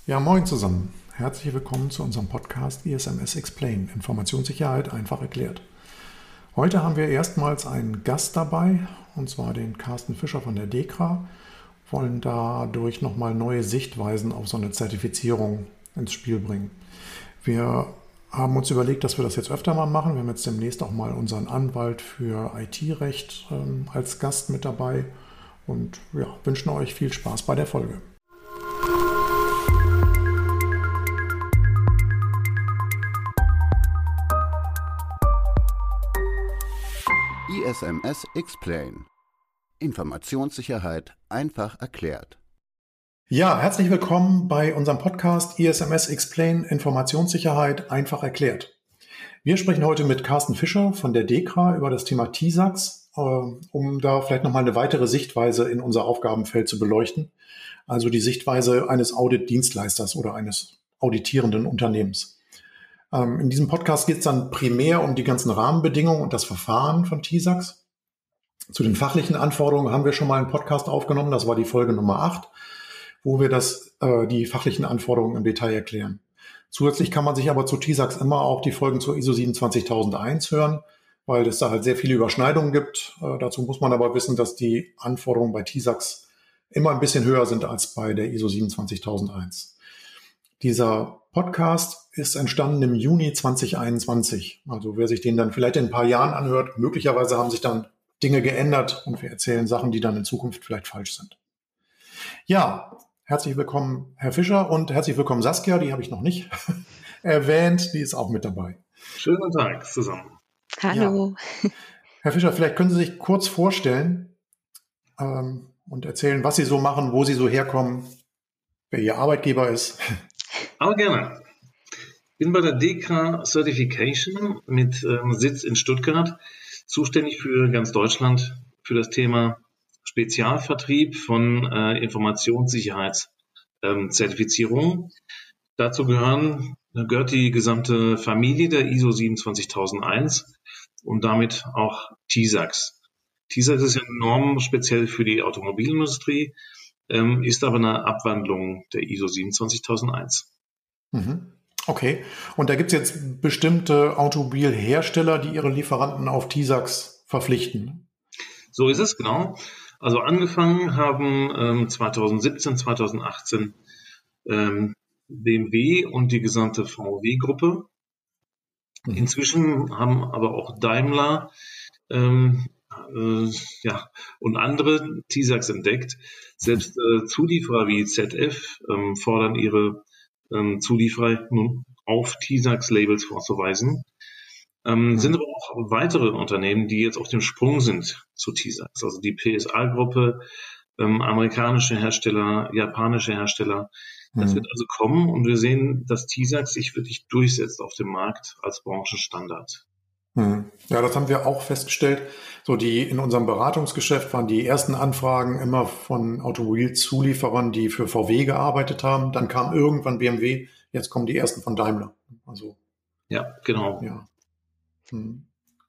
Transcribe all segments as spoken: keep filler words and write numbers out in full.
Ja, moin zusammen. Herzlich willkommen zu unserem Podcast I S M S Explain, Informationssicherheit einfach erklärt. Heute haben wir erstmals einen Gast dabei, und zwar den Carsten Fischer von der DEKRA, wollen dadurch nochmal neue Sichtweisen auf so eine Zertifizierung ins Spiel bringen. Wir haben uns überlegt, dass wir das jetzt öfter mal machen. Wir haben jetzt demnächst auch mal unseren Anwalt für I T-Recht ähm, als Gast mit dabei und ja, wünschen euch viel Spaß bei der Folge. I S M S Explain. Informationssicherheit einfach erklärt. Ja, herzlich willkommen bei unserem Podcast I S M S Explain, Informationssicherheit einfach erklärt. Wir sprechen heute mit Carsten Fischer von der DEKRA über das Thema T I S A X, äh, um da vielleicht nochmal eine weitere Sichtweise in unser Aufgabenfeld zu beleuchten. Also die Sichtweise eines Audit-Dienstleisters oder eines auditierenden Unternehmens. Ähm, in diesem Podcast geht es dann primär um die ganzen Rahmenbedingungen und das Verfahren von T I S A X. Zu den fachlichen Anforderungen haben wir schon mal einen Podcast aufgenommen, das war die Folge Nummer acht. Wo wir das, äh, die fachlichen Anforderungen im Detail erklären. Zusätzlich kann man sich aber zu T I S A X immer auch die Folgen zur I S O siebenundzwanzigtausendeins hören, weil es da halt sehr viele Überschneidungen gibt. Äh, dazu muss man aber wissen, dass die Anforderungen bei T I S A X immer ein bisschen höher sind als bei der I S O siebenundzwanzigtausendeins. Dieser Podcast ist entstanden im Juni zweitausendeinundzwanzig. Also wer sich den dann vielleicht in ein paar Jahren anhört, möglicherweise haben sich dann Dinge geändert und wir erzählen Sachen, die dann in Zukunft vielleicht falsch sind. Ja, herzlich willkommen, Herr Fischer, und herzlich willkommen, Saskia, die habe ich noch nicht erwähnt, die ist auch mit dabei. Schönen guten Tag zusammen. Hallo. Ja. Herr Fischer, vielleicht können Sie sich kurz vorstellen ähm, und erzählen, was Sie so machen, wo Sie so herkommen, wer Ihr Arbeitgeber ist. Aber gerne. Ich bin bei der DEKRA Certification mit ähm, Sitz in Stuttgart, zuständig für ganz Deutschland für das Thema Spezialvertrieb von äh, Informationssicherheitszertifizierungen. Ähm, Dazu gehören, gehört die gesamte Familie der I S O siebenundzwanzigtausendeins und damit auch T I S A X. T I S A X ist ja eine Norm speziell für die Automobilindustrie, ähm, ist aber eine Abwandlung der I S O siebenundzwanzigtausendeins. Mhm. Okay, und da gibt es jetzt bestimmte Automobilhersteller, die ihre Lieferanten auf T I S A X verpflichten. So ist es, genau. Also angefangen haben ähm, zweitausendsiebzehn, zweitausendachtzehn ähm, B M W und die gesamte V W-Gruppe. Mhm. Inzwischen haben aber auch Daimler ähm, äh, ja, und andere T I S A X entdeckt. Selbst äh, Zulieferer wie Z F ähm, fordern ihre ähm, Zulieferer nun auf T I S A X-Labels vorzuweisen. Ähm, mhm. Sind aber auch weitere Unternehmen, die jetzt auf dem Sprung sind zu T I S A X. Also die P S A-Gruppe, ähm, amerikanische Hersteller, japanische Hersteller. Das mhm. wird also kommen und wir sehen, dass T I S A X sich wirklich durchsetzt auf dem Markt als Branchenstandard. Mhm. Ja, das haben wir auch festgestellt. So die in unserem Beratungsgeschäft waren die ersten Anfragen immer von Automobilzulieferern, die für V W gearbeitet haben. Dann kam irgendwann B M W. Jetzt kommen die ersten von Daimler. Also ja, genau. Ja. Hm.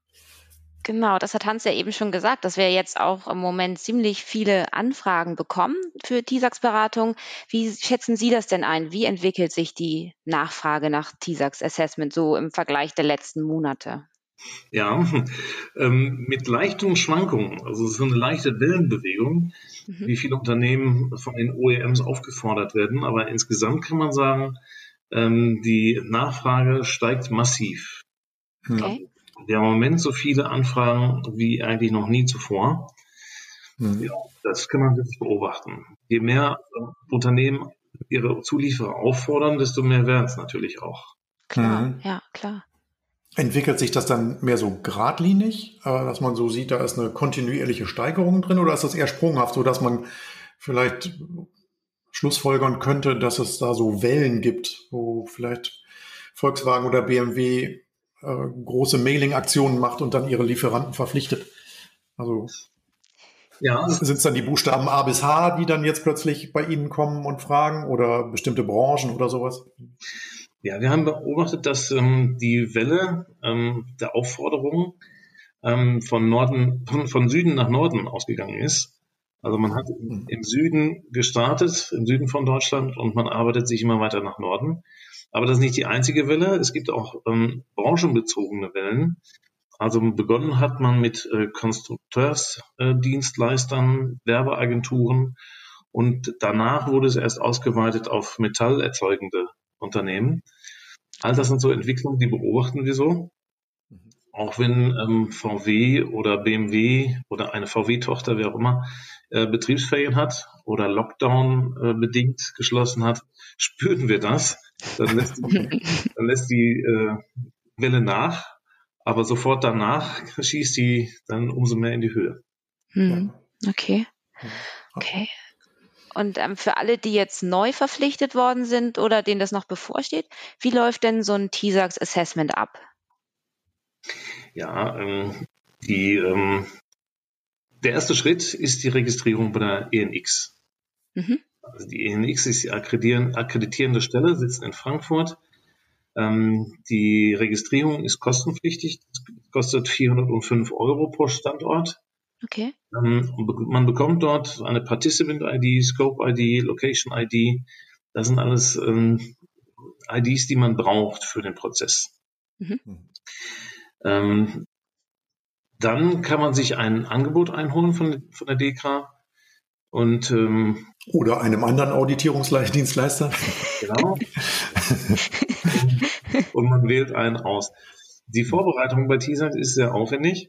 Genau, das hat Hans ja eben schon gesagt, dass wir jetzt auch im Moment ziemlich viele Anfragen bekommen für T I S A X-Beratung. Wie schätzen Sie das denn ein? Wie entwickelt sich die Nachfrage nach T I S A X-Assessment so im Vergleich der letzten Monate? Ja, ähm, mit leichten Schwankungen, also so eine leichte Wellenbewegung, mhm. wie viele Unternehmen von den O E Ms aufgefordert werden. Aber insgesamt kann man sagen, ähm, die Nachfrage steigt massiv. Okay. Wir haben im Moment so viele Anfragen wie eigentlich noch nie zuvor. Mhm. Ja, das kann man wirklich beobachten. Je mehr äh, Unternehmen ihre Zulieferer auffordern, desto mehr werden es natürlich auch. Klar, mhm. ja, klar. Entwickelt sich das dann mehr so geradlinig, äh, dass man so sieht, da ist eine kontinuierliche Steigerung drin, oder ist das eher sprunghaft, so dass man vielleicht schlussfolgern könnte, dass es da so Wellen gibt, wo vielleicht Volkswagen oder B M W äh, große Mailing-Aktionen macht und dann ihre Lieferanten verpflichtet? Also ja. Sind es dann die Buchstaben A bis H, die dann jetzt plötzlich bei Ihnen kommen und fragen, oder bestimmte Branchen oder sowas? Ja, wir haben beobachtet, dass ähm, die Welle ähm, der Aufforderungen ähm, von Norden, von, von Süden nach Norden ausgegangen ist. Also man hat im, im Süden gestartet, im Süden von Deutschland, und man arbeitet sich immer weiter nach Norden. Aber das ist nicht die einzige Welle. Es gibt auch ähm, branchenbezogene Wellen. Also begonnen hat man mit äh, Konstrukteursdienstleistern, äh, Werbeagenturen, und danach wurde es erst ausgeweitet auf metallerzeugende Unternehmen. All das sind so Entwicklungen, die beobachten wir so. Auch wenn ähm, V W oder B M W oder eine V W-Tochter, wer auch immer, äh, Betriebsferien hat oder Lockdown äh, bedingt geschlossen hat, spüren wir das. Dann lässt die, dann lässt die äh, Welle nach, aber sofort danach schießt die dann umso mehr in die Höhe. Hm. Okay. Okay. Und ähm, für alle, die jetzt neu verpflichtet worden sind oder denen das noch bevorsteht, wie läuft denn so ein T I S A X Assessment ab? Ja, ähm, die, ähm, der erste Schritt ist die Registrierung bei der E N X. Mhm. Also die E N X ist die akkreditierende Stelle, sitzt in Frankfurt. Ähm, die Registrierung ist kostenpflichtig, das kostet vierhundertfünf Euro pro Standort. Okay. Ähm, man bekommt dort eine Participant-I D, Scope-I D, Location-I D. Das sind alles ähm, I Ds, die man braucht für den Prozess. Mhm. Ähm, dann kann man sich ein Angebot einholen von, von der D E K R A und ähm, oder einem anderen Auditierungsdienstleister. Genau. Und man wählt einen aus. Die Vorbereitung bei T I S A X ist sehr aufwendig.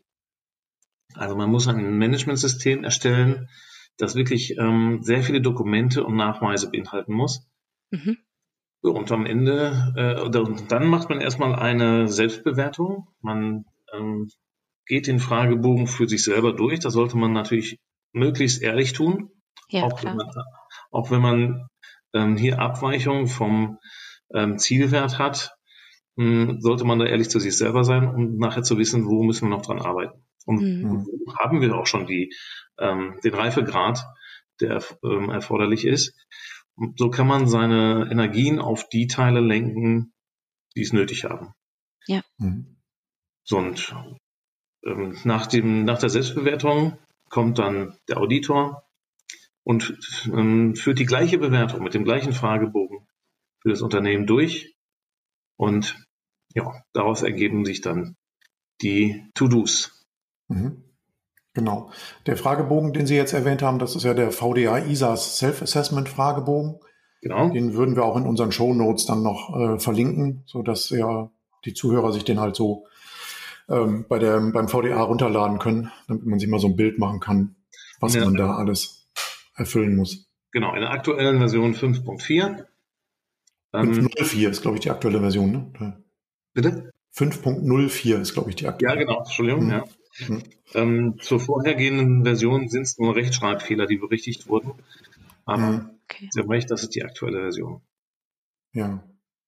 Also man muss ein Managementsystem erstellen, das wirklich ähm, sehr viele Dokumente und Nachweise beinhalten muss. Mhm. So, und am Ende, äh, dann macht man erstmal eine Selbstbewertung. Man ähm, geht den Fragebogen für sich selber durch. Das sollte man natürlich möglichst ehrlich tun. Ja, auch, klar. Wenn man, auch wenn man ähm, hier Abweichungen vom ähm, Zielwert hat, mh, sollte man da ehrlich zu sich selber sein, um nachher zu wissen, wo müssen wir noch dran arbeiten. Und mhm. wo haben wir auch schon die, ähm, den Reifegrad, der ähm, erforderlich ist. Und so kann man seine Energien auf die Teile lenken, die es nötig haben. Ja. Mhm. So, und ähm, nach, dem, nach der Selbstbewertung kommt dann der Auditor und ähm, führt die gleiche Bewertung mit dem gleichen Fragebogen für das Unternehmen durch. Und ja, daraus ergeben sich dann die To-Dos. Mhm. Genau. Der Fragebogen, den Sie jetzt erwähnt haben, das ist ja der V D A I S A S Self-Assessment-Fragebogen. Genau. Den würden wir auch in unseren Shownotes dann noch äh, verlinken, sodass ja die Zuhörer sich den halt so ähm, bei der, beim V D A runterladen können, damit man sich mal so ein Bild machen kann, was ja. man da alles erfüllen muss. Genau, in der aktuellen Version fünf Punkt vier. fünf Punkt null vier ist, glaube ich, die aktuelle Version, ne? Bitte? fünf Punkt null vier ist, glaube ich, die aktuelle. Ja, genau, Entschuldigung, hm. ja. Hm. Ähm, zur vorhergehenden Version sind es nur Rechtschreibfehler, die berichtigt wurden. Aber hm. okay. Sie haben recht, das ist die aktuelle Version. Ja.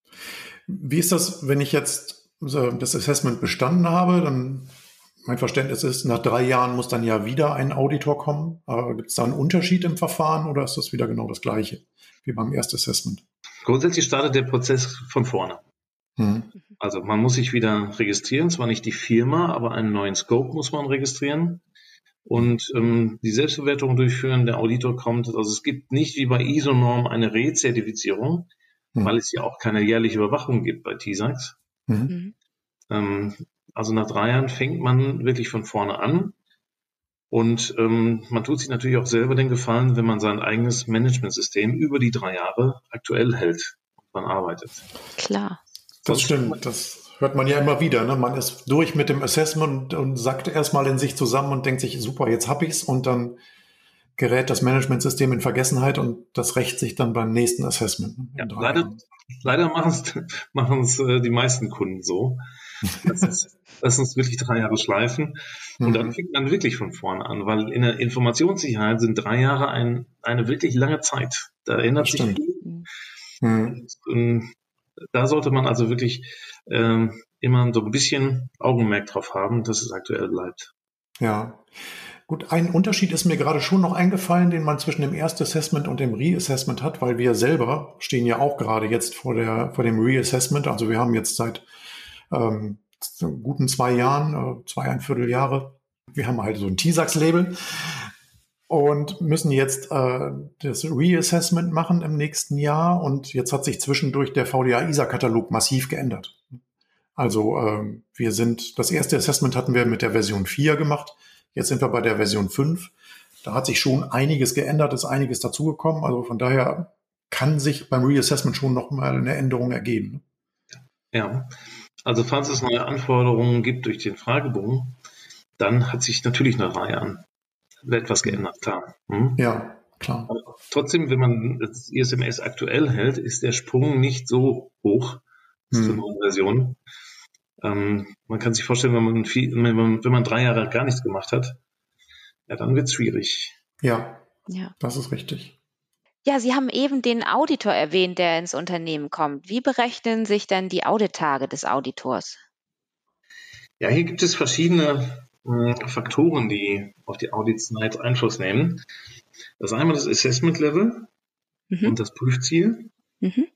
Wie ist das, wenn ich jetzt das Assessment bestanden habe, dann mein Verständnis ist, nach drei Jahren muss dann ja wieder ein Auditor kommen. Gibt es da einen Unterschied im Verfahren oder ist das wieder genau das Gleiche wie beim Erstassessment? Grundsätzlich startet der Prozess von vorne. Hm. Also man muss sich wieder registrieren, zwar nicht die Firma, aber einen neuen Scope muss man registrieren und ähm, die Selbstbewertung durchführen. Der Auditor kommt, also es gibt nicht wie bei I S O-Norm eine Rezertifizierung, hm. weil es ja auch keine jährliche Überwachung gibt bei T I S A X. Mhm. Ähm, also nach drei Jahren fängt man wirklich von vorne an und ähm, man tut sich natürlich auch selber den Gefallen, wenn man sein eigenes Managementsystem über die drei Jahre aktuell hält und man arbeitet. Klar. Das stimmt, das hört man ja immer wieder. Ne? Man ist durch mit dem Assessment und, und sackt erstmal in sich zusammen und denkt sich, super, jetzt hab ich's, und dann gerät das Managementsystem in Vergessenheit und das rächt sich dann beim nächsten Assessment. Ne? Ja, leider leider machen es äh, die meisten Kunden so. Lass uns wirklich drei Jahre schleifen und mhm. dann fängt man wirklich von vorne an, weil in der Informationssicherheit sind drei Jahre ein, eine wirklich lange Zeit. Da ändert das sich stimmt. viel. Mhm. Und, und, da sollte man also wirklich ähm, immer so ein bisschen Augenmerk drauf haben, dass es aktuell bleibt. Ja, gut. Ein Unterschied ist mir gerade schon noch eingefallen, den man zwischen dem Erstassessment und dem Reassessment hat, weil wir selber stehen ja auch gerade jetzt vor der vor dem Reassessment. Also wir haben jetzt seit ähm, guten zwei Jahren, äh, zweieinviertel Jahre, wir haben halt so ein T I S A X-Label. und müssen jetzt äh, das Reassessment machen im nächsten Jahr. Und jetzt hat sich zwischendurch der V D A I S A-Katalog massiv geändert. Also ähm, wir sind, das erste Assessment hatten wir mit der Version vier gemacht. Jetzt sind wir bei der Version fünf. Da hat sich schon einiges geändert, ist einiges dazugekommen. Also von daher kann sich beim Reassessment schon noch mal eine Änderung ergeben. Ja, also falls es neue Anforderungen gibt durch den Fragebogen, dann hat sich natürlich eine Reihe an etwas geändert, klar. Hm? Ja, klar. Aber trotzdem, wenn man das I S M S aktuell hält, ist der Sprung nicht so hoch hm. zur neuen Version. Ähm, man kann sich vorstellen, wenn man, viel, wenn man wenn man drei Jahre gar nichts gemacht hat, ja, dann wird es schwierig. Ja, Ja, das ist richtig. Ja, Sie haben eben den Auditor erwähnt, der ins Unternehmen kommt. Wie berechnen sich denn die Audittage des Auditors? Ja, hier gibt es verschiedene äh, Faktoren, die auf die Auditzeit Einfluss nehmen. Das ist einmal das Assessment Level Mhm. und das Prüfziel. Mhm.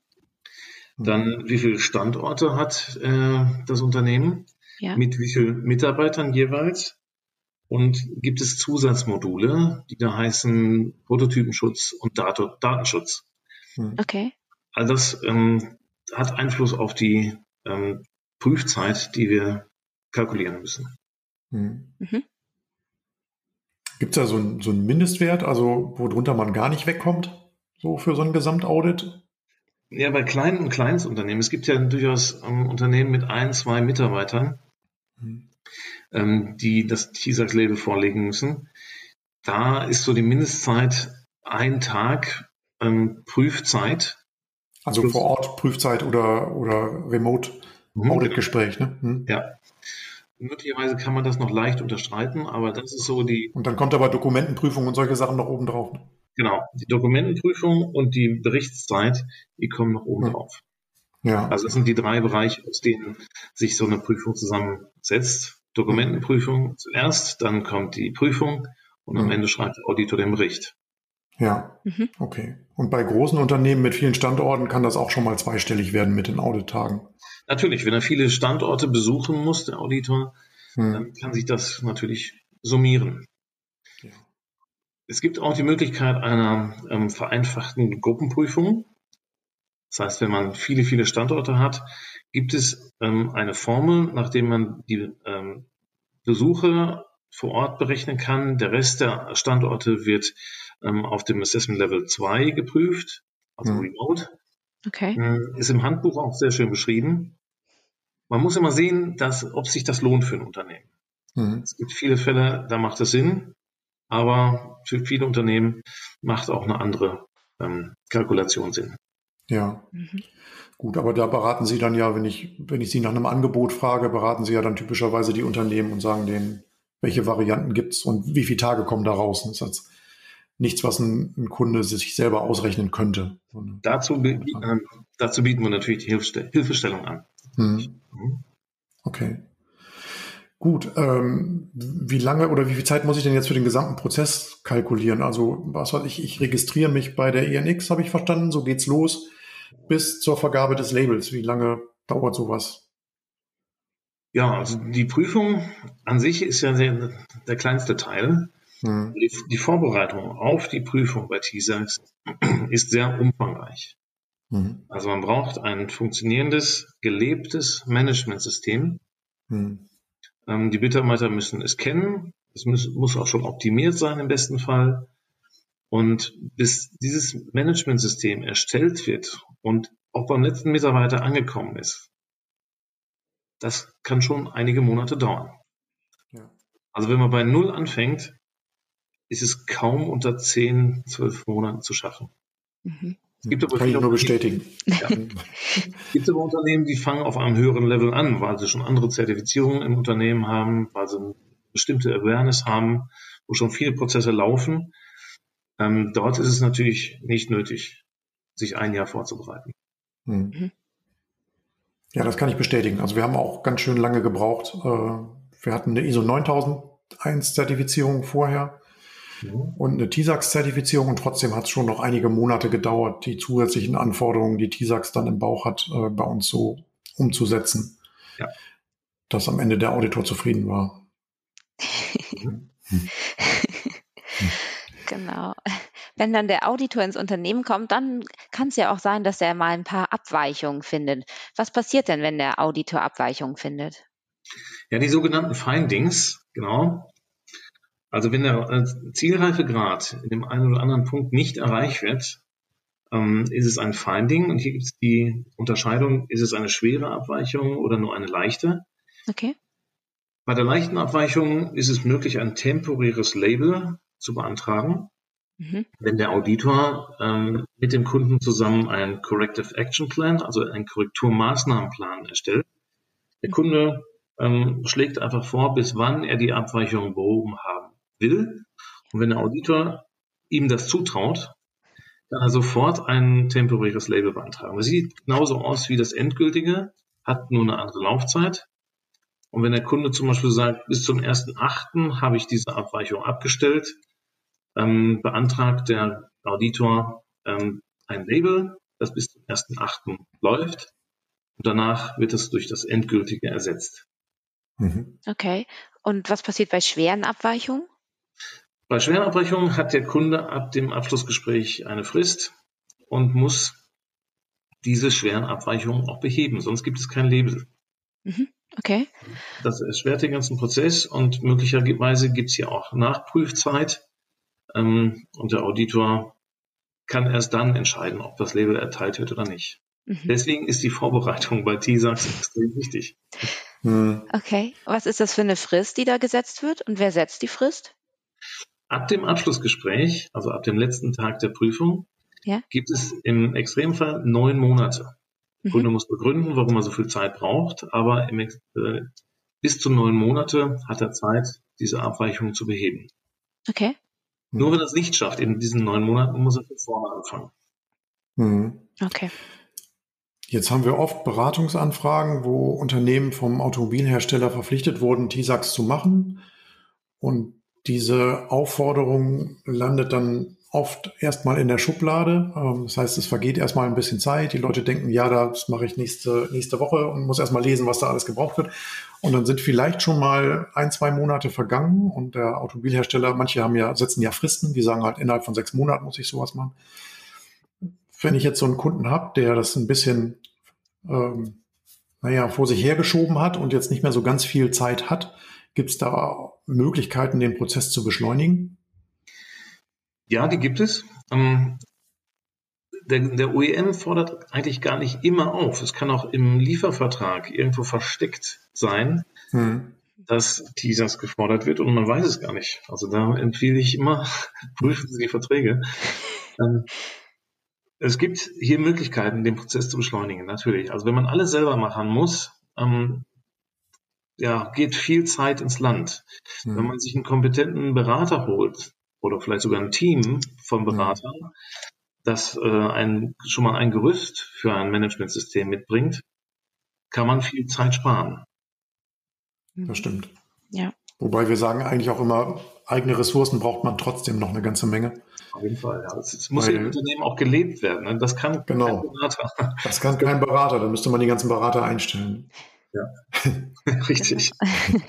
Dann, wie viele Standorte hat äh, das Unternehmen? Ja. Mit wie vielen Mitarbeitern jeweils? Und gibt es Zusatzmodule, die da heißen Prototypenschutz und Dat- Datenschutz? Hm. Okay. All das ähm, hat Einfluss auf die ähm, Prüfzeit, die wir kalkulieren müssen. Hm. Mhm. Gibt es da so, ein, so einen Mindestwert, also worunter man gar nicht wegkommt, so für so ein Gesamtaudit? Ja, bei kleinen und Kleinstunternehmen, es gibt ja durchaus ähm, Unternehmen mit ein, zwei Mitarbeitern, Hm. ähm, die das T I S A X-Label vorlegen müssen. Da ist so die Mindestzeit ein Tag ähm, Prüfzeit. Also Plus- vor Ort Prüfzeit oder, oder Remote Mhm. Auditgespräch, ne? Hm. Ja. Möglicherweise kann man das noch leicht unterstreiten, aber das ist so die, Und dann kommt aber Dokumentenprüfung und solche Sachen noch oben drauf. Ne? genau, die Dokumentenprüfung und die Berichtszeit, die kommen noch oben Hm. drauf. Ja. Also das sind die drei Bereiche, aus denen sich so eine Prüfung zusammensetzt. Dokumentenprüfung zuerst, dann kommt die Prüfung und am Mhm. Ende schreibt der Auditor den Bericht. Ja, Mhm. okay. Und bei großen Unternehmen mit vielen Standorten kann das auch schon mal zweistellig werden mit den Audittagen. Natürlich, wenn er viele Standorte besuchen muss, der Auditor, Hm. dann kann sich das natürlich summieren. Ja. Es gibt auch die Möglichkeit einer ähm, vereinfachten Gruppenprüfung. Das heißt, wenn man viele, viele Standorte hat, gibt es ähm, eine Formel, nachdem man die ähm, Besuche vor Ort berechnen kann. Der Rest der Standorte wird ähm, auf dem Assessment Level zwei geprüft, also Hm. remote. Okay. Ähm, Ist im Handbuch auch sehr schön beschrieben. Man muss immer sehen, dass, ob sich das lohnt für ein Unternehmen. Hm. Es gibt viele Fälle, da macht es Sinn, aber für viele Unternehmen macht auch eine andere ähm, Kalkulation Sinn. Ja, Mhm. gut, aber da beraten Sie dann ja, wenn ich, wenn ich Sie nach einem Angebot frage, beraten Sie ja dann typischerweise die Unternehmen und sagen denen, welche Varianten gibt's und wie viele Tage kommen da raus. Das ist jetzt nichts, was ein, ein Kunde sich selber ausrechnen könnte. Dazu, be- äh, dazu bieten wir natürlich die Hilfste- Hilfestellung an. Hm. Mhm. Okay. Gut, ähm, wie lange oder wie viel Zeit muss ich denn jetzt für den gesamten Prozess kalkulieren? Also, was weiß ich, ich registriere mich bei der E N X, habe ich verstanden, so geht's los, bis zur Vergabe des Labels. Wie lange dauert sowas? Ja, also die Prüfung an sich ist ja der, der kleinste Teil. Hm. Die, die Vorbereitung auf die Prüfung bei T I S A X ist sehr umfangreich. Hm. Also man braucht ein funktionierendes, gelebtes Managementsystem. Hm. Ähm, die Mitarbeiter müssen es kennen. Es muss, muss auch schon optimiert sein im besten Fall. Und bis dieses Managementsystem erstellt wird und auch beim letzten Mitarbeiter angekommen ist, das kann schon einige Monate dauern. Ja. Also wenn man bei Null anfängt, ist es kaum unter zehn, zwölf Monaten zu schaffen. Mhm. Es gibt aber Kann ich viele nur Unternehmen- bestätigen. Ja. Es gibt aber Unternehmen, die fangen auf einem höheren Level an, weil sie schon andere Zertifizierungen im Unternehmen haben, weil sie eine bestimmte Awareness haben, wo schon viele Prozesse laufen. Ähm, dort ist es natürlich nicht nötig, sich ein Jahr vorzubereiten. Hm. Mhm. Ja, das kann ich bestätigen. Also wir haben auch ganz schön lange gebraucht. Äh, Wir hatten eine I S O neuntausendeins Zertifizierung vorher und eine T I S A X-Zertifizierung und trotzdem hat es schon noch einige Monate gedauert, die zusätzlichen Anforderungen, die T I S A X dann im Bauch hat, äh, bei uns so umzusetzen, Ja. dass am Ende der Auditor zufrieden war. Genau. Wenn dann der Auditor ins Unternehmen kommt, dann kann es ja auch sein, dass er mal ein paar Abweichungen findet. Was passiert denn, wenn der Auditor Abweichungen findet? Ja, die sogenannten Findings, genau. Also wenn der äh, Zielreifegrad in dem einen oder anderen Punkt nicht erreicht wird, ähm, ist es ein Finding. Und hier gibt es die Unterscheidung, ist es eine schwere Abweichung oder nur eine leichte? Okay. Bei der leichten Abweichung ist es möglich, ein temporäres Label zu beantragen, Mhm. wenn der Auditor ähm, mit dem Kunden zusammen einen Corrective Action Plan, also einen Korrekturmaßnahmenplan erstellt. Der Kunde ähm, schlägt einfach vor, bis wann er die Abweichung behoben haben will. Und wenn der Auditor ihm das zutraut, kann er sofort ein temporäres Label beantragen. Das sieht genauso aus wie das endgültige, hat nur eine andere Laufzeit. Und wenn der Kunde zum Beispiel sagt, bis zum ersten achten habe ich diese Abweichung abgestellt, ähm, beantragt der Auditor ähm, ein Label, das bis zum ersten achten läuft. Und danach wird es durch das endgültige ersetzt. Mhm. Okay. Und was passiert bei schweren Abweichungen? Bei schweren Abweichungen hat der Kunde ab dem Abschlussgespräch eine Frist und muss diese schweren Abweichungen auch beheben, sonst gibt es kein Label. Mhm. Okay. Das erschwert den ganzen Prozess und möglicherweise gibt es hier auch Nachprüfzeit. Ähm, und der Auditor kann erst dann entscheiden, ob das Label erteilt wird oder nicht. Mhm. Deswegen ist die Vorbereitung bei T SAX extrem wichtig. Mhm. Okay. Was ist das für eine Frist, die da gesetzt wird? Und wer setzt die Frist? Ab dem Abschlussgespräch, also ab dem letzten Tag der Prüfung, Ja. gibt es im Extremfall neun Monate. Der Mhm. Kunde muss begründen, warum er so viel Zeit braucht, aber im, Ex- äh, bis zu neun Monate hat er Zeit, diese Abweichung zu beheben. Okay. Nur wenn er es nicht schafft, in diesen neun Monaten muss er von vorne anfangen. Mhm. Okay. Jetzt haben wir oft Beratungsanfragen, wo Unternehmen vom Automobilhersteller verpflichtet wurden, T SAX zu machen. Und diese Aufforderung landet dann oft erstmal in der Schublade. Ähm, Das heißt, es vergeht erstmal ein bisschen Zeit. Die Leute denken, ja, das mache ich nächste, nächste Woche und muss erstmal lesen, was da alles gebraucht wird. Und dann sind vielleicht schon mal ein, zwei Monate vergangen und der Automobilhersteller, manche haben ja, setzen ja Fristen, die sagen halt, innerhalb von sechs Monaten muss ich sowas machen. Wenn ich jetzt so einen Kunden habe, der das ein bisschen, ähm, naja, vor sich hergeschoben hat und jetzt nicht mehr so ganz viel Zeit hat, gibt es da Möglichkeiten, den Prozess zu beschleunigen? Ja, die gibt es. Ähm, der, der O E M fordert eigentlich gar nicht immer auf. Es kann auch im Liefervertrag irgendwo versteckt sein, Hm. dass T SAX gefordert wird und man weiß es gar nicht. Also da empfehle ich immer, prüfen Sie die Verträge. Ähm, es gibt hier Möglichkeiten, den Prozess zu beschleunigen, natürlich. Also wenn man alles selber machen muss, ähm, ja, geht viel Zeit ins Land. Hm. Wenn man sich einen kompetenten Berater holt oder vielleicht sogar ein Team von Beratern, das äh, ein, schon mal ein Gerüst für ein Managementsystem mitbringt, kann man viel Zeit sparen. Das stimmt. Ja. Wobei wir sagen eigentlich auch immer, eigene Ressourcen braucht man trotzdem noch eine ganze Menge. Auf jeden Fall, ja. Es, es muss Weil- im Unternehmen auch gelebt werden. Ne? Das kann Genau. kein Berater. Das kann kein Berater, da müsste man die ganzen Berater einstellen. Richtig.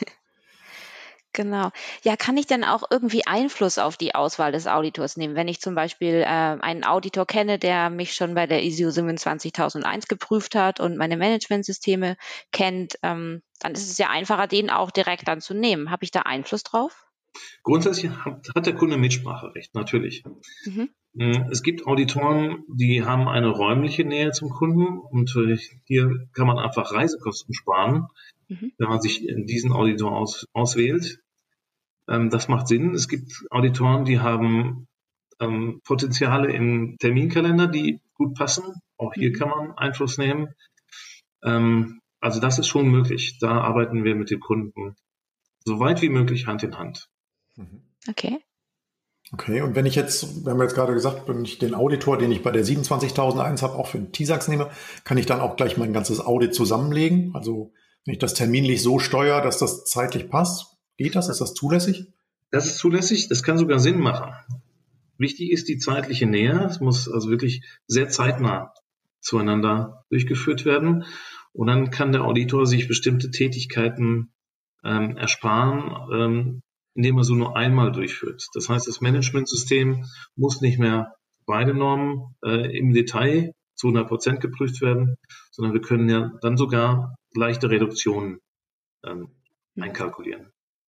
Genau. Ja, kann ich denn auch irgendwie Einfluss auf die Auswahl des Auditors nehmen? Wenn ich zum Beispiel äh, einen Auditor kenne, der mich schon bei der I S O siebenundzwanzigtausendeins geprüft hat und meine Managementsysteme kennt, ähm, dann ist es ja einfacher, den auch direkt dann zu nehmen. Habe ich da Einfluss drauf? Grundsätzlich hat, hat der Kunde Mitspracherecht, natürlich. Mhm. Es gibt Auditoren, die haben eine räumliche Nähe zum Kunden und äh, hier kann man einfach Reisekosten sparen, Mhm. wenn man sich diesen Auditor aus, auswählt. Ähm, das macht Sinn. Es gibt Auditoren, die haben ähm, Potenziale im Terminkalender, die gut passen. Auch hier Mhm. kann man Einfluss nehmen. Ähm, also das ist schon möglich. Da arbeiten wir mit dem Kunden so weit wie möglich Hand in Hand. Okay. Okay, und wenn ich jetzt, wir haben jetzt gerade gesagt, wenn ich den Auditor, den ich bei der siebenundzwanzigtausendeins habe, auch für den T SAX nehme, kann ich dann auch gleich mein ganzes Audit zusammenlegen? Also wenn ich das terminlich so steuere, dass das zeitlich passt, geht das? Ist das zulässig? Das ist zulässig. Das kann sogar Sinn machen. Wichtig ist die zeitliche Nähe. Es muss also wirklich sehr zeitnah zueinander durchgeführt werden. Und dann kann der Auditor sich bestimmte Tätigkeiten ähm, ersparen, ähm, indem man so nur einmal durchführt. Das heißt, das Managementsystem muss nicht mehr beide Normen äh, im Detail zu hundert Prozent geprüft werden, sondern wir können ja dann sogar leichte Reduktionen ähm, einkalkulieren.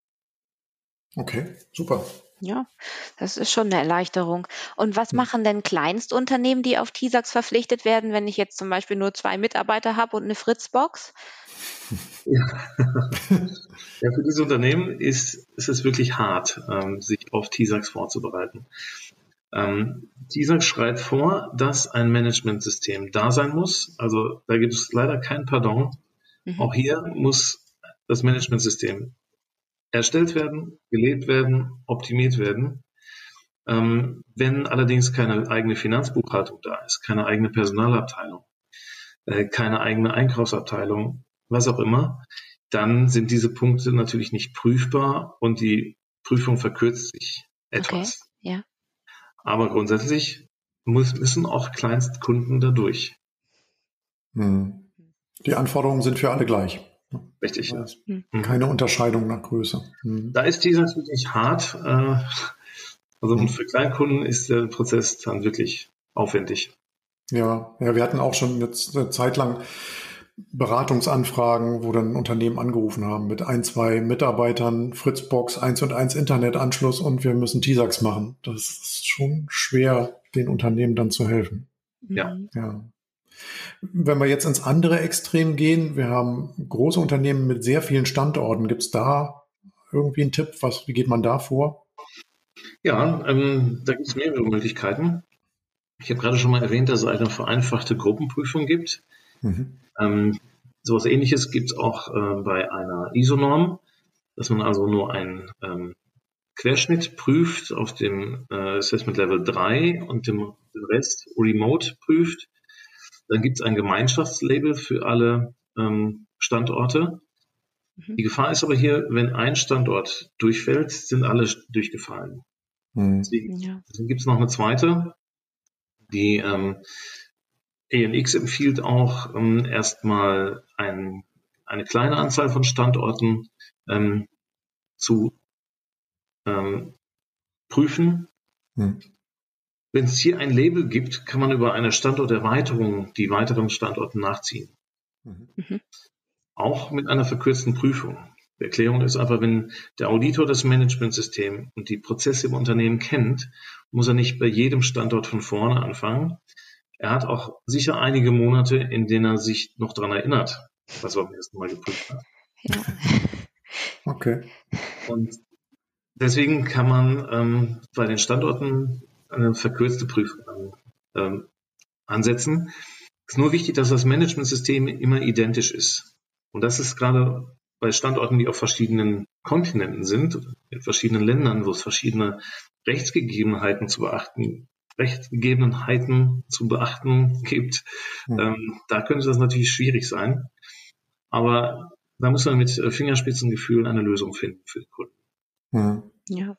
Okay, super. Ja, das ist schon eine Erleichterung. Und was machen denn Kleinstunternehmen, die auf T SAX verpflichtet werden, wenn ich jetzt zum Beispiel nur zwei Mitarbeiter habe und eine Fritzbox? Ja. Ja, für diese Unternehmen ist, ist es wirklich hart, ähm, sich auf T SAX vorzubereiten. Ähm, T SAX schreibt vor, dass ein Managementsystem da sein muss. Also da gibt es leider kein Pardon. Mhm. Auch hier muss das Managementsystem erstellt werden, gelebt werden, optimiert werden. Ähm, wenn allerdings keine eigene Finanzbuchhaltung da ist, keine eigene Personalabteilung, äh, keine eigene Einkaufsabteilung, was auch immer, dann sind diese Punkte natürlich nicht prüfbar und die Prüfung verkürzt sich etwas. Okay, ja. Aber grundsätzlich muss, müssen auch Kleinstkunden da durch. Hm. Die Anforderungen sind für alle gleich. Richtig, ja. Mhm. Keine Unterscheidung nach Größe. Mhm. Da ist die natürlich hart. Äh, also mhm. für Kleinkunden ist der Prozess dann wirklich aufwendig. Ja, ja, wir hatten auch schon jetzt eine Zeit lang Beratungsanfragen, wo dann Unternehmen angerufen haben mit ein, zwei Mitarbeitern, Fritzbox, eins und eins Internetanschluss und wir müssen T SAX machen. Das ist schon schwer, den Unternehmen dann zu helfen. Ja. Ja. Wenn wir jetzt ins andere Extrem gehen, wir haben große Unternehmen mit sehr vielen Standorten. Gibt es da irgendwie einen Tipp? Was, wie geht man da vor? Ja, ähm, da gibt es mehrere Möglichkeiten. Ich habe gerade schon mal erwähnt, dass es eine vereinfachte Gruppenprüfung gibt. Mhm. Ähm, sowas Ähnliches gibt es auch äh, bei einer I S O-Norm, dass man also nur einen ähm, Querschnitt prüft auf dem äh, Assessment Level drei und dem, den Rest remote prüft. Dann gibt es ein Gemeinschaftslabel für alle ähm, Standorte. Mhm. Die Gefahr ist aber hier, wenn ein Standort durchfällt, sind alle durchgefallen. Mhm. Deswegen, ja. deswegen gibt es noch eine zweite. Die ähm, A N X empfiehlt auch ähm, erstmal ein, eine kleine Anzahl von Standorten ähm, zu ähm, prüfen. Mhm. Wenn es hier ein Label gibt, kann man über eine Standorterweiterung die weiteren Standorte nachziehen. Mhm. Auch mit einer verkürzten Prüfung. Die Erklärung ist aber, wenn der Auditor das Managementsystem und die Prozesse im Unternehmen kennt, muss er nicht bei jedem Standort von vorne anfangen. Er hat auch sicher einige Monate, in denen er sich noch daran erinnert, was er beim ersten Mal geprüft hat. Ja. Okay. Und deswegen kann man ähm, bei den Standorten eine verkürzte Prüfung ähm, ansetzen. Es ist nur wichtig, dass das Managementsystem immer identisch ist. Und das ist gerade bei Standorten, die auf verschiedenen Kontinenten sind, in verschiedenen Ländern, wo es verschiedene Rechtsgegebenheiten zu beachten, Rechtsgegebenheiten zu beachten gibt, mhm. ähm, da könnte das natürlich schwierig sein. Aber da muss man mit Fingerspitzengefühl eine Lösung finden für den Kunden. Mhm. Ja.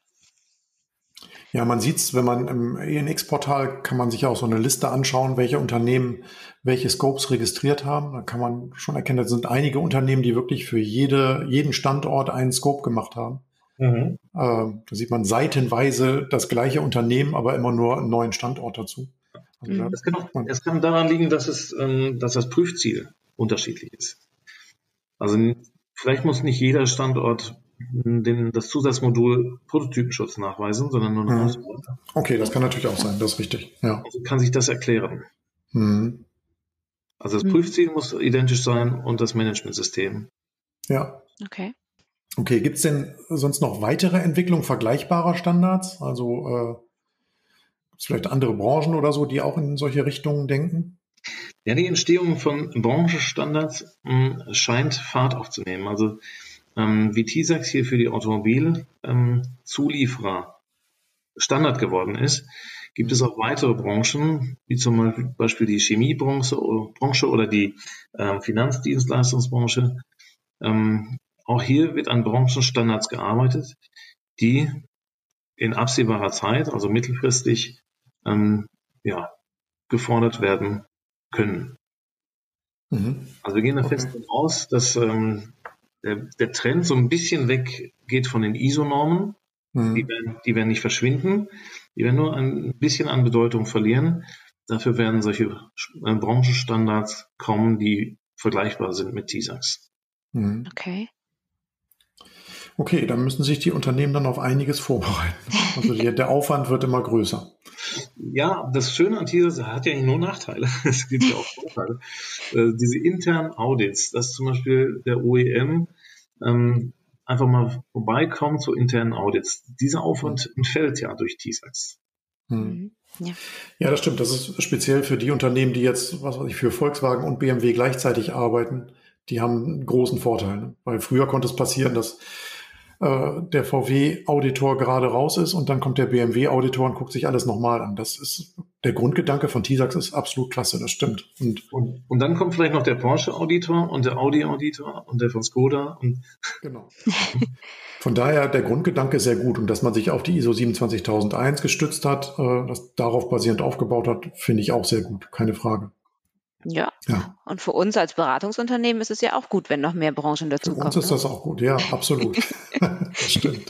Ja, man sieht es, wenn man im E N X-Portal kann man sich auch so eine Liste anschauen, welche Unternehmen welche Scopes registriert haben. Da kann man schon erkennen, da sind einige Unternehmen, die wirklich für jede, jeden Standort einen Scope gemacht haben. Mhm. Äh, da sieht man seitenweise das gleiche Unternehmen, aber immer nur einen neuen Standort dazu. Also mhm. das, kann auch, es kann daran liegen, dass, es, ähm, dass das Prüfziel unterschiedlich ist. Also vielleicht muss nicht jeder Standort den, das Zusatzmodul Prototypenschutz nachweisen, sondern nur eine Auswahl. Mhm. Okay, das kann natürlich auch sein, das ist richtig. Ja. Also kann sich das erklären. Mhm. Also das mhm. Prüfziel muss identisch sein und das Managementsystem. Ja. Okay. Okay, gibt es denn sonst noch weitere Entwicklung vergleichbarer Standards? Also äh, gibt es vielleicht andere Branchen oder so, die auch in solche Richtungen denken? Ja, die Entstehung von Branchenstandards mh, scheint Fahrt aufzunehmen. Also ähm, wie T SAX hier für die Automobilzulieferer ähm, Standard geworden ist, gibt es auch weitere Branchen, wie zum Beispiel die Chemiebranche oder, Branche oder die ähm, Finanzdienstleistungsbranche. Ähm, auch hier wird an Branchenstandards gearbeitet, die in absehbarer Zeit, also mittelfristig, ähm, ja, gefordert werden können. Mhm. Also wir gehen da okay. fest davon aus, dass ähm, der, der Trend so ein bisschen weg geht von den I S O-Normen. Mhm. Die werden, die werden nicht verschwinden, die werden nur ein bisschen an Bedeutung verlieren. Dafür werden solche äh, Branchenstandards kommen, die vergleichbar sind mit T SAX. Mhm. Okay. Okay, dann müssen sich die Unternehmen dann auf einiges vorbereiten. Also die, der Aufwand wird immer größer. Ja, das Schöne an T SAX hat ja nicht nur Nachteile, es gibt ja auch Vorteile. Äh, diese internen Audits, dass zum Beispiel der O E M ähm, einfach mal vorbeikommt zu internen Audits. Dieser Aufwand entfällt ja durch T SAX. Hm. Ja. ja, das stimmt. Das ist speziell für die Unternehmen, die jetzt, was weiß ich, für Volkswagen und B M W gleichzeitig arbeiten. Die haben einen großen Vorteil. Ne? Weil früher konnte es passieren, dass äh, der V W-Auditor gerade raus ist und dann kommt der B M W-Auditor und guckt sich alles nochmal an. Das ist der Grundgedanke von T SAX ist absolut klasse, das stimmt. Und, und, und dann kommt vielleicht noch der Porsche-Auditor und der Audi-Auditor und der von Skoda. Und genau. Von daher, der Grundgedanke ist sehr gut. Und dass man sich auf die I S O siebenundzwanzigtausendeins gestützt hat, äh, das darauf basierend aufgebaut hat, finde ich auch sehr gut. Keine Frage. Ja. ja, und für uns als Beratungsunternehmen ist es ja auch gut, wenn noch mehr Branchen dazukommen. Für uns ist ne? das auch gut, ja, absolut. Das stimmt.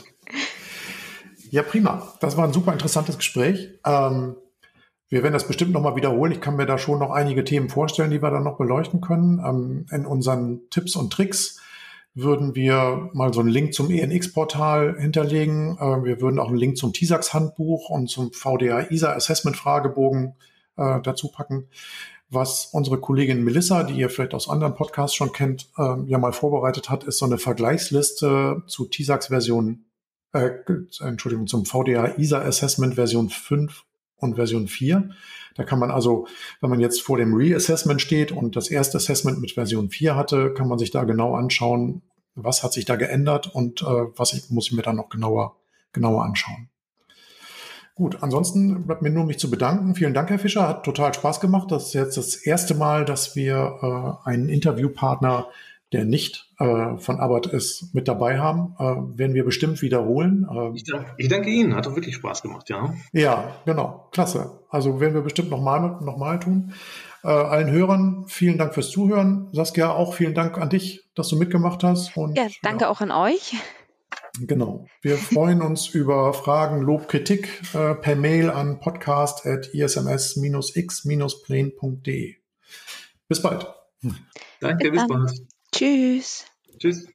Ja, prima. Das war ein super interessantes Gespräch. Ähm, wir werden das bestimmt nochmal wiederholen. Ich kann mir da schon noch einige Themen vorstellen, die wir dann noch beleuchten können. Ähm, in unseren Tipps und Tricks würden wir mal so einen Link zum E N X-Portal hinterlegen. Äh, wir würden auch einen Link zum T SAX-Handbuch und zum V D A I S A-Assessment-Fragebogen äh, dazu packen. Was unsere Kollegin Melissa, die ihr vielleicht aus anderen Podcasts schon kennt, äh, ja mal vorbereitet hat, ist so eine Vergleichsliste zu T SAX-Version, äh, Entschuldigung, zum V D A I S A-Assessment Version fünf und Version vier. Da kann man also, wenn man jetzt vor dem Reassessment steht und das erste Assessment mit Version vier hatte, kann man sich da genau anschauen, was hat sich da geändert und äh, was ich, muss ich mir dann noch genauer, genauer anschauen. Gut, ansonsten bleibt mir nur mich zu bedanken. Vielen Dank, Herr Fischer, hat total Spaß gemacht. Das ist jetzt das erste Mal, dass wir äh, einen Interviewpartner, der nicht äh, von Abbott ist, mit dabei haben. Äh, werden wir bestimmt wiederholen. Äh, ich, danke, ich danke Ihnen, hat auch wirklich Spaß gemacht, ja. Ja, genau, klasse. Also werden wir bestimmt nochmal noch mal tun. Äh, allen Hörern vielen Dank fürs Zuhören. Saskia, auch vielen Dank an dich, dass du mitgemacht hast. Und, ja, danke ja. auch an euch. Genau. Wir freuen uns über Fragen, Lob, Kritik äh, per Mail an podcast at i s m s x plane punkt d e. Bis bald. Danke, bis bald. Tschüss. Tschüss.